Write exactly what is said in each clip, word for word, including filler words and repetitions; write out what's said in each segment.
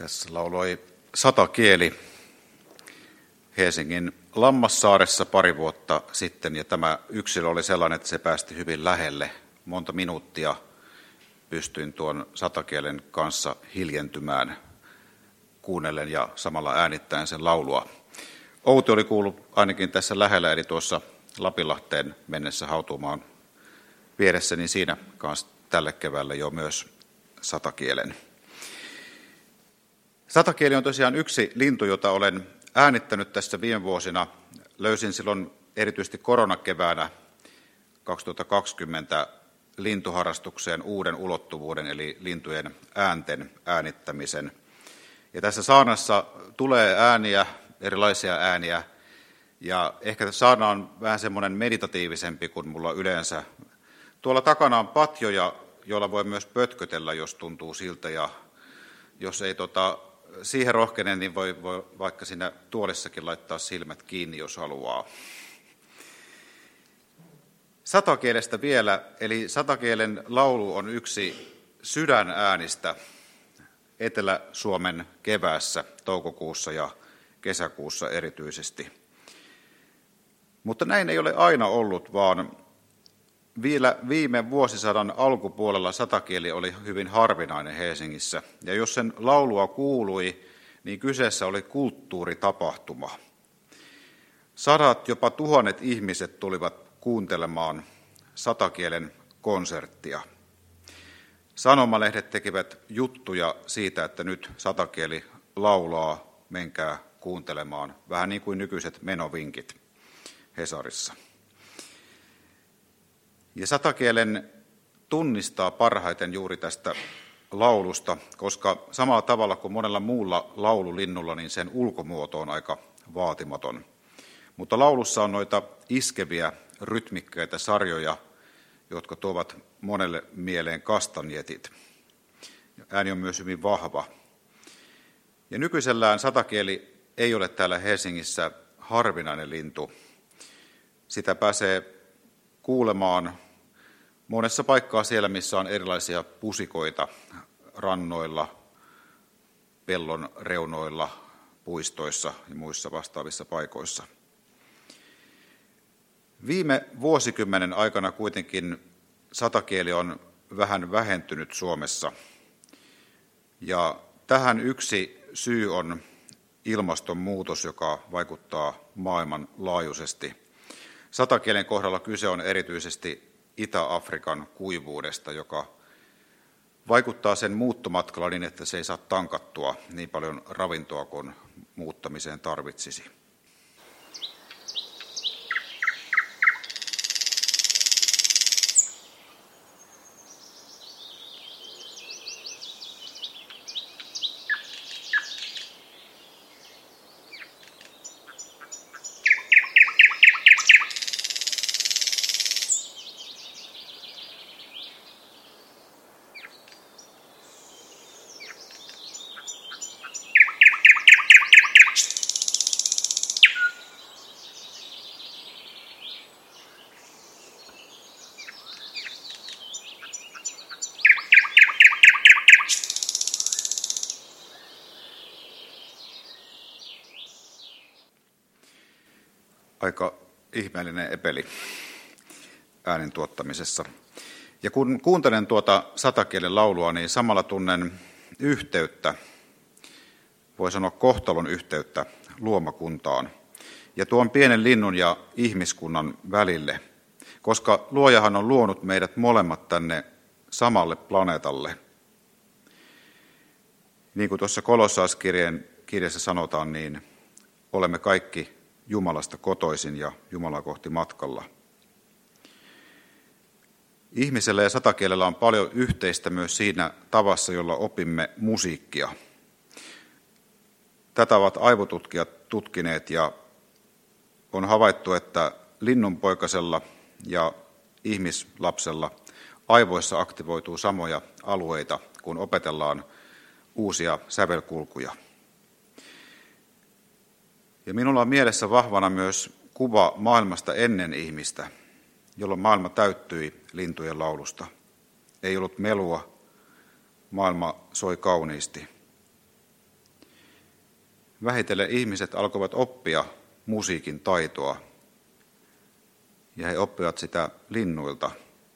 Tässä lauloi Satakieli Helsingin Lammassaaressa pari vuotta sitten, ja tämä yksilö oli sellainen, että se päästi hyvin lähelle. Monta minuuttia pystyin tuon Satakielen kanssa hiljentymään, kuunnellen ja samalla äänittäen sen laulua. Outi oli kuullut ainakin tässä lähellä, eli tuossa Lapinlahteen mennessä hautumaan vieressä, niin siinä kanssa tälle keväälle jo myös Satakielen. Satakieli on tosiaan yksi lintu, jota olen äänittänyt tässä viime vuosina. Löysin silloin erityisesti koronakeväänä kaksituhattakaksikymmentä lintuharrastukseen uuden ulottuvuuden, eli lintujen äänten äänittämisen. Ja tässä saarnassa tulee ääniä, erilaisia ääniä, ja ehkä saarna on vähän semmoinen meditatiivisempi kuin mulla yleensä. Tuolla takana on patjoja, joilla voi myös pötkötellä, jos tuntuu siltä, ja jos ei tota, siihen rohkene, niin voi, voi vaikka siinä tuolissakin laittaa silmät kiinni, jos haluaa. Satakielestä vielä, eli satakielen laulu on yksi sydänäänistä Etelä-Suomen keväässä, toukokuussa ja kesäkuussa erityisesti. Mutta näin ei ole aina ollut, vaan vielä viime vuosisadan alkupuolella satakieli oli hyvin harvinainen Helsingissä. Ja jos sen laulua kuului, niin kyseessä oli kulttuuritapahtuma. Sadat, jopa tuhannet ihmiset tulivat kuuntelemaan satakielen konserttia. Sanomalehdet tekivät juttuja siitä, että nyt satakieli laulaa, menkää kuuntelemaan, vähän niin kuin nykyiset menovinkit Hesarissa. Ja satakielen tunnistaa parhaiten juuri tästä laulusta, koska samalla tavalla kuin monella muulla laululinnulla, niin sen ulkomuoto on aika vaatimaton. Mutta laulussa on noita iskeviä, rytmikkäitä sarjoja, jotka tuovat monelle mieleen kastanjetit. Ääni on myös hyvin vahva. Ja nykyisellään satakieli ei ole täällä Helsingissä harvinainen lintu. Sitä pääsee kuulemaan monessa paikkaa siellä, missä on erilaisia pusikoita rannoilla, pellon reunoilla, puistoissa ja muissa vastaavissa paikoissa. Viime vuosikymmenen aikana kuitenkin satakieli on vähän vähentynyt Suomessa. Ja tähän yksi syy on ilmastonmuutos, joka vaikuttaa maailmanlaajuisesti. Satakielen kohdalla kyse on erityisesti Itä-Afrikan kuivuudesta, joka vaikuttaa sen muuttomatkalla niin, että se ei saa tankattua niin paljon ravintoa kuin muuttamiseen tarvitsisi. Aika ihmeellinen epeli äänen tuottamisessa. Ja kun kuuntelen tuota satakielen laulua, niin samalla tunnen yhteyttä, voi sanoa kohtalon yhteyttä luomakuntaan ja tuon pienen linnun ja ihmiskunnan välille, koska luojahan on luonut meidät molemmat tänne samalle planeetalle. Niin kuin tuossa Kolossaiskirjeen kirjassa sanotaan, niin olemme kaikki Jumalasta kotoisin ja Jumalaa kohti matkalla. Ihmisellä ja satakielellä on paljon yhteistä myös siinä tavassa, jolla opimme musiikkia. Tätä ovat aivotutkijat tutkineet ja on havaittu, että linnunpoikasella ja ihmislapsella aivoissa aktivoituu samoja alueita, kun opetellaan uusia sävelkulkuja. Ja minulla on mielessä vahvana myös kuva maailmasta ennen ihmistä, jolloin maailma täyttyi lintujen laulusta. Ei ollut melua, maailma soi kauniisti. vähitellen ihmiset alkoivat oppia musiikin taitoa, ja he oppivat sitä linnuilta.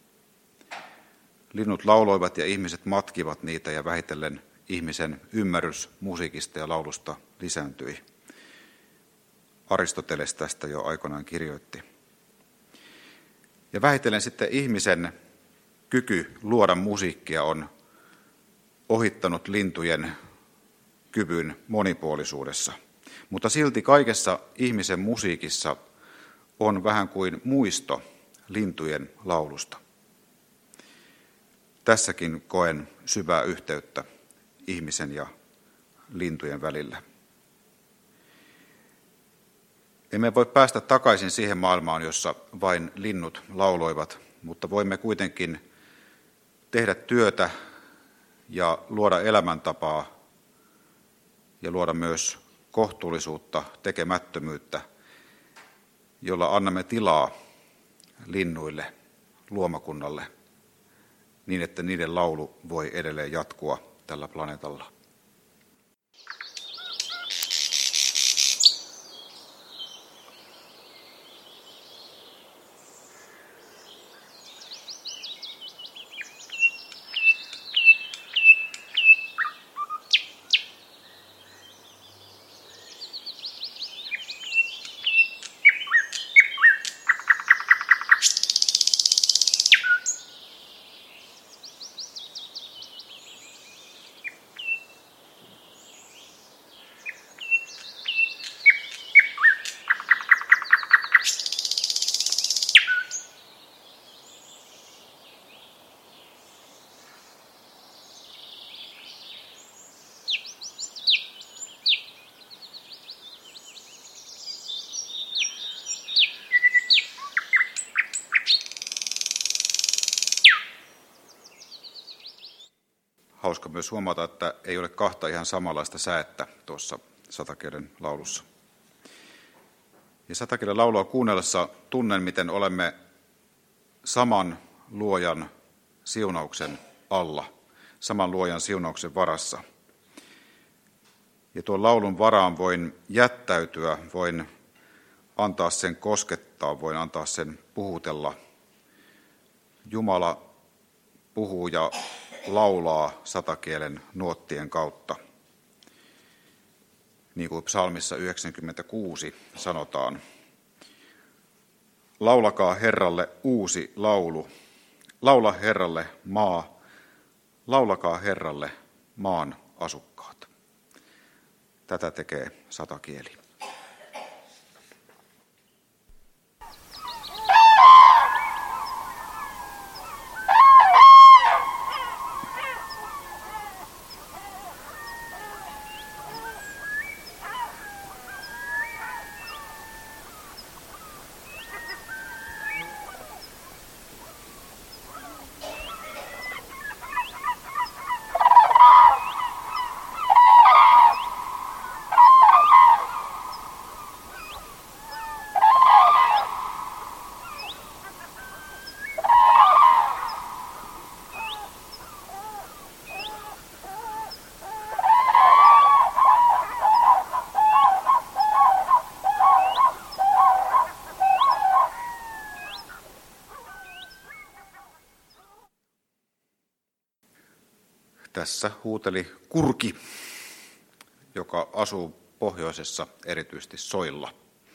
Linnut lauloivat ja ihmiset matkivat niitä, ja vähitellen ihmisen ymmärrys musiikista ja laulusta lisääntyi. Aristoteles tästä jo aikoinaan kirjoitti. Ja vähitellen sitten ihmisen kyky luoda musiikkia on ohittanut lintujen kyvyn monipuolisuudessa. Mutta silti kaikessa ihmisen musiikissa on vähän kuin muisto lintujen laulusta. Tässäkin koen syvää yhteyttä ihmisen ja lintujen välillä. Emme voi päästä takaisin siihen maailmaan, jossa vain linnut lauloivat, mutta voimme kuitenkin tehdä työtä ja luoda elämäntapaa ja luoda myös kohtuullisuutta, tekemättömyyttä, jolla annamme tilaa linnuille, luomakunnalle, niin että niiden laulu voi edelleen jatkua tällä planeetalla. Hauska myös huomata, että ei ole kahta ihan samanlaista säettä tuossa satakielen laulussa. Ja satakielen laulua kuunnellessa tunnen, miten olemme saman luojan siunauksen alla, saman luojan siunauksen varassa. Ja tuon laulun varaan voin jättäytyä, voin antaa sen koskettaa, voin antaa sen puhutella. Jumala puhuu ja laulaa satakielen nuottien kautta. Niin kuin psalmissa yhdeksänkymmentäkuusi sanotaan. Laulakaa Herralle uusi laulu. Laula Herralle maa. Laulakaa Herralle maan asukkaat. Tätä tekee satakieli. Tässä huuteli kurki, joka asuu pohjoisessa, erityisesti soilla.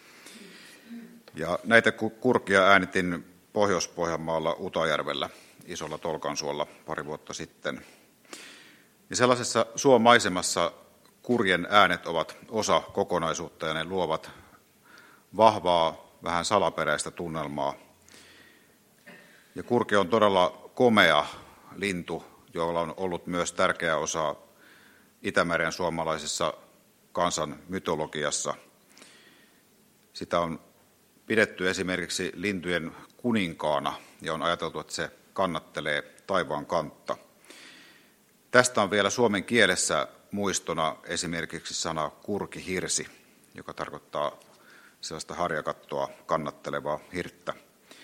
Ja näitä kurkia äänitin Pohjois-Pohjanmaalla Utajärvellä, isolla Tolkansuolla pari vuotta sitten. Ja sellaisessa suomaisemassa kurjen äänet ovat osa kokonaisuutta ja ne luovat vahvaa, vähän salaperäistä tunnelmaa. Ja kurki on todella komea lintu, jolla on ollut myös tärkeä osa Itämeren suomalaisessa kansan mytologiassa. Sitä on pidetty esimerkiksi lintujen kuninkaana ja on ajateltu, että se kannattelee taivaan kantta. Tästä on vielä suomen kielessä muistona esimerkiksi sana kurkihirsi, joka tarkoittaa sellaista harjakattoa kannattelevaa hirttä.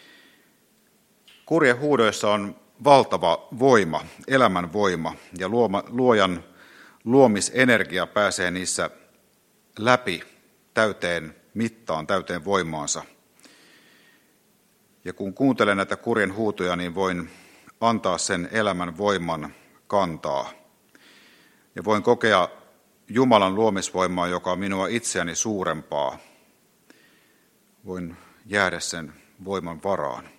Kurjen huudoissa on valtava voima, elämän voima, ja luoma, luojan luomisenergia pääsee niissä läpi täyteen mittaan, täyteen voimaansa. Ja kun kuuntelen näitä kurjen huutoja, niin voin antaa sen elämän voiman kantaa. Ja voin kokea Jumalan luomisvoimaa, joka on minua itseäni suurempaa. Voin jäädä sen voiman varaan.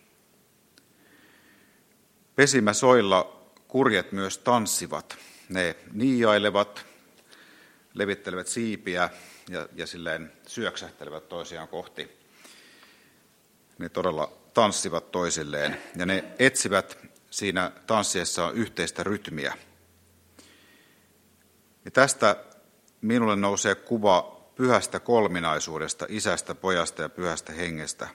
Pesimäsoilla kurjet myös tanssivat. Ne niiailevat, levittelevät siipiä ja, ja silleen syöksähtelevät toisiaan kohti. Ne todella tanssivat toisilleen ja ne etsivät siinä tanssiessaan yhteistä rytmiä. Ja tästä minulle nousee kuva pyhästä kolminaisuudesta, Isästä, Pojasta ja Pyhästä Hengestä,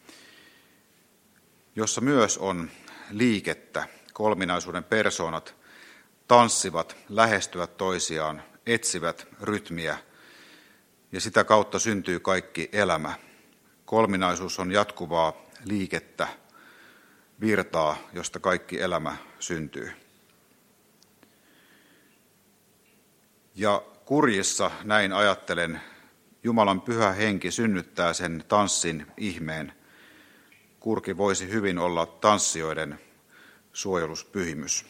jossa myös on liikettä. Kolminaisuuden persoonat tanssivat, lähestyvät toisiaan, etsivät rytmiä ja sitä kautta syntyy kaikki elämä. Kolminaisuus on jatkuvaa liikettä, virtaa, josta kaikki elämä syntyy. Ja kurjissa, näin ajattelen, Jumalan pyhä henki synnyttää sen tanssin ihmeen. Kurki voisi hyvin olla tanssijoiden suojeluspyhimys.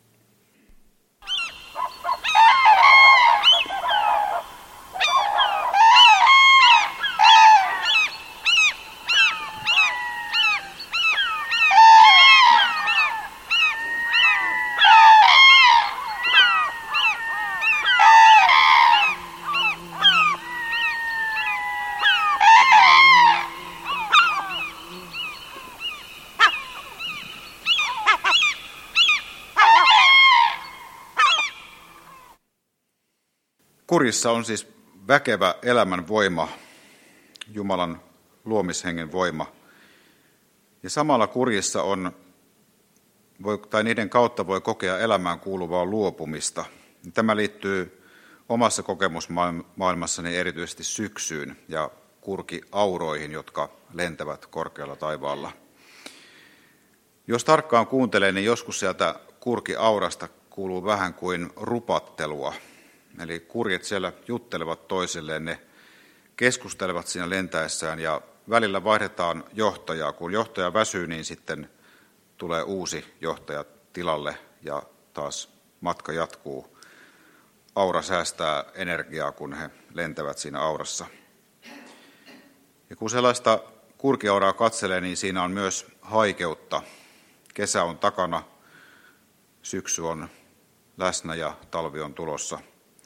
Kurjissa on siis väkevä elämän voima, Jumalan luomishengen voima. Ja samalla kurjissa on, tai niiden kautta voi kokea elämään kuuluvaa luopumista. Tämä liittyy omassa kokemusmaailmassani erityisesti syksyyn ja kurkiauroihin, jotka lentävät korkealla taivaalla. Jos tarkkaan kuuntelee, niin joskus sieltä kurkiaurasta kuuluu vähän kuin rupattelua. Eli kurjet siellä juttelevat toisilleen, ne keskustelevat siinä lentäessään ja välillä vaihdetaan johtajaa. Kun johtaja väsyy, niin sitten tulee uusi johtaja tilalle ja taas matka jatkuu. Aura säästää energiaa, kun he lentävät siinä aurassa. Ja kun sellaista kurkiauraa katselee, niin siinä on myös haikeutta. Kesä on takana, syksy on läsnä ja talvi on tulossa.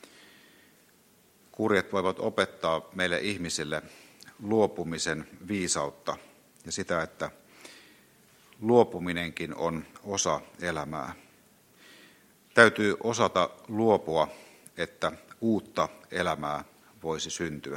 Kurjet voivat opettaa meille ihmisille luopumisen viisautta ja sitä, että luopuminenkin on osa elämää. Täytyy osata luopua, että uutta elämää voisi syntyä.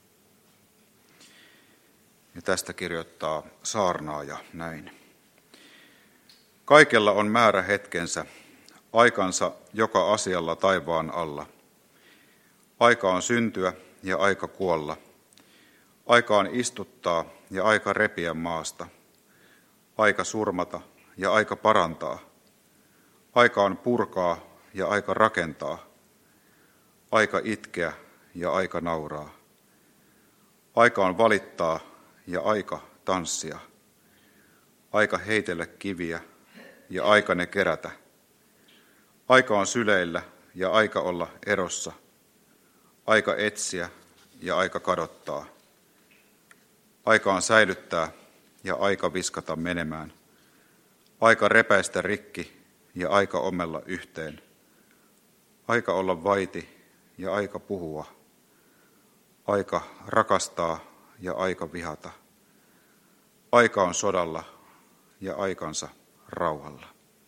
Ja tästä kirjoittaa saarnaaja näin. Kaikella on määrä hetkensä, aikansa joka asialla taivaan alla. Aika on syntyä ja aika kuolla. Aika on istuttaa ja aika repiä maasta. Aika surmata ja aika parantaa. Aika on purkaa ja aika rakentaa. Aika itkeä ja aika nauraa. Aika on valittaa ja aika tanssia. Aika heitellä kiviä ja aika ne kerätä. Aika on syleillä ja aika olla erossa. Aika etsiä ja aika kadottaa. Aika on säilyttää ja aika viskata menemään. Aika repäistä rikki ja aika omella yhteen. Aika olla vaiti ja aika puhua. Aika rakastaa ja aika vihata. Aika on sodalla ja aikansa rauhalla.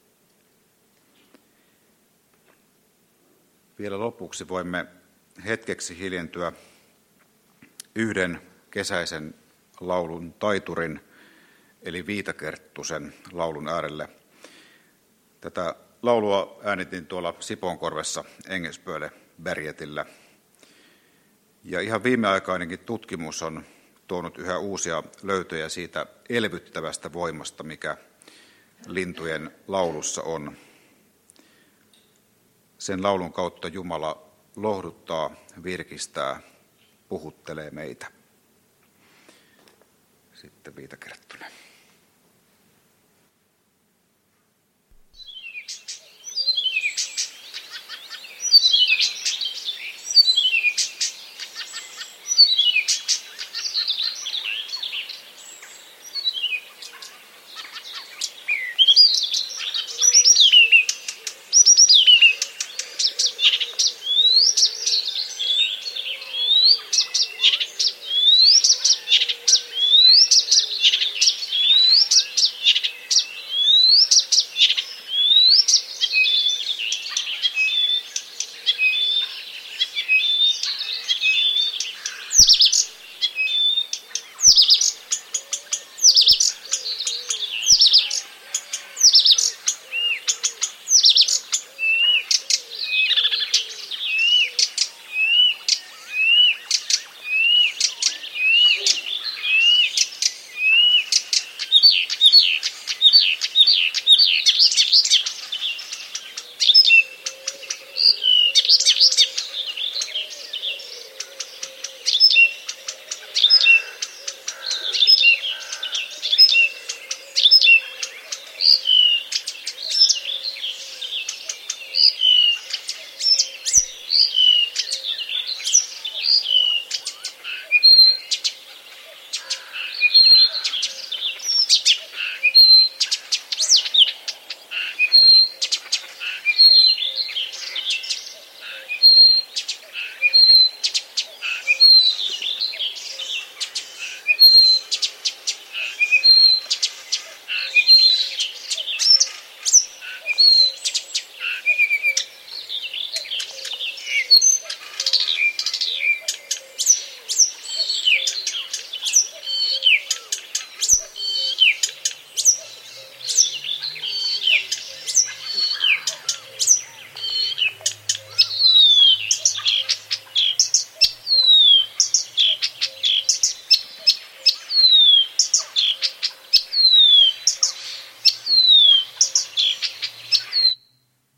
Vielä lopuksi voimme hetkeksi hiljentyä yhden kesäisen laulun taiturin, eli Viitakerttusen laulun äärelle. Tätä laulua äänitin tuolla Sipoonkorvessa Engelsböle Bergetillä. Ja ihan viimeaikainenkin tutkimus on tuonut yhä uusia löytöjä siitä elvyttävästä voimasta, mikä lintujen laulussa on. Sen laulun kautta Jumala lohduttaa, virkistää, puhuttelee meitä. Sitten Viita Kerttunen.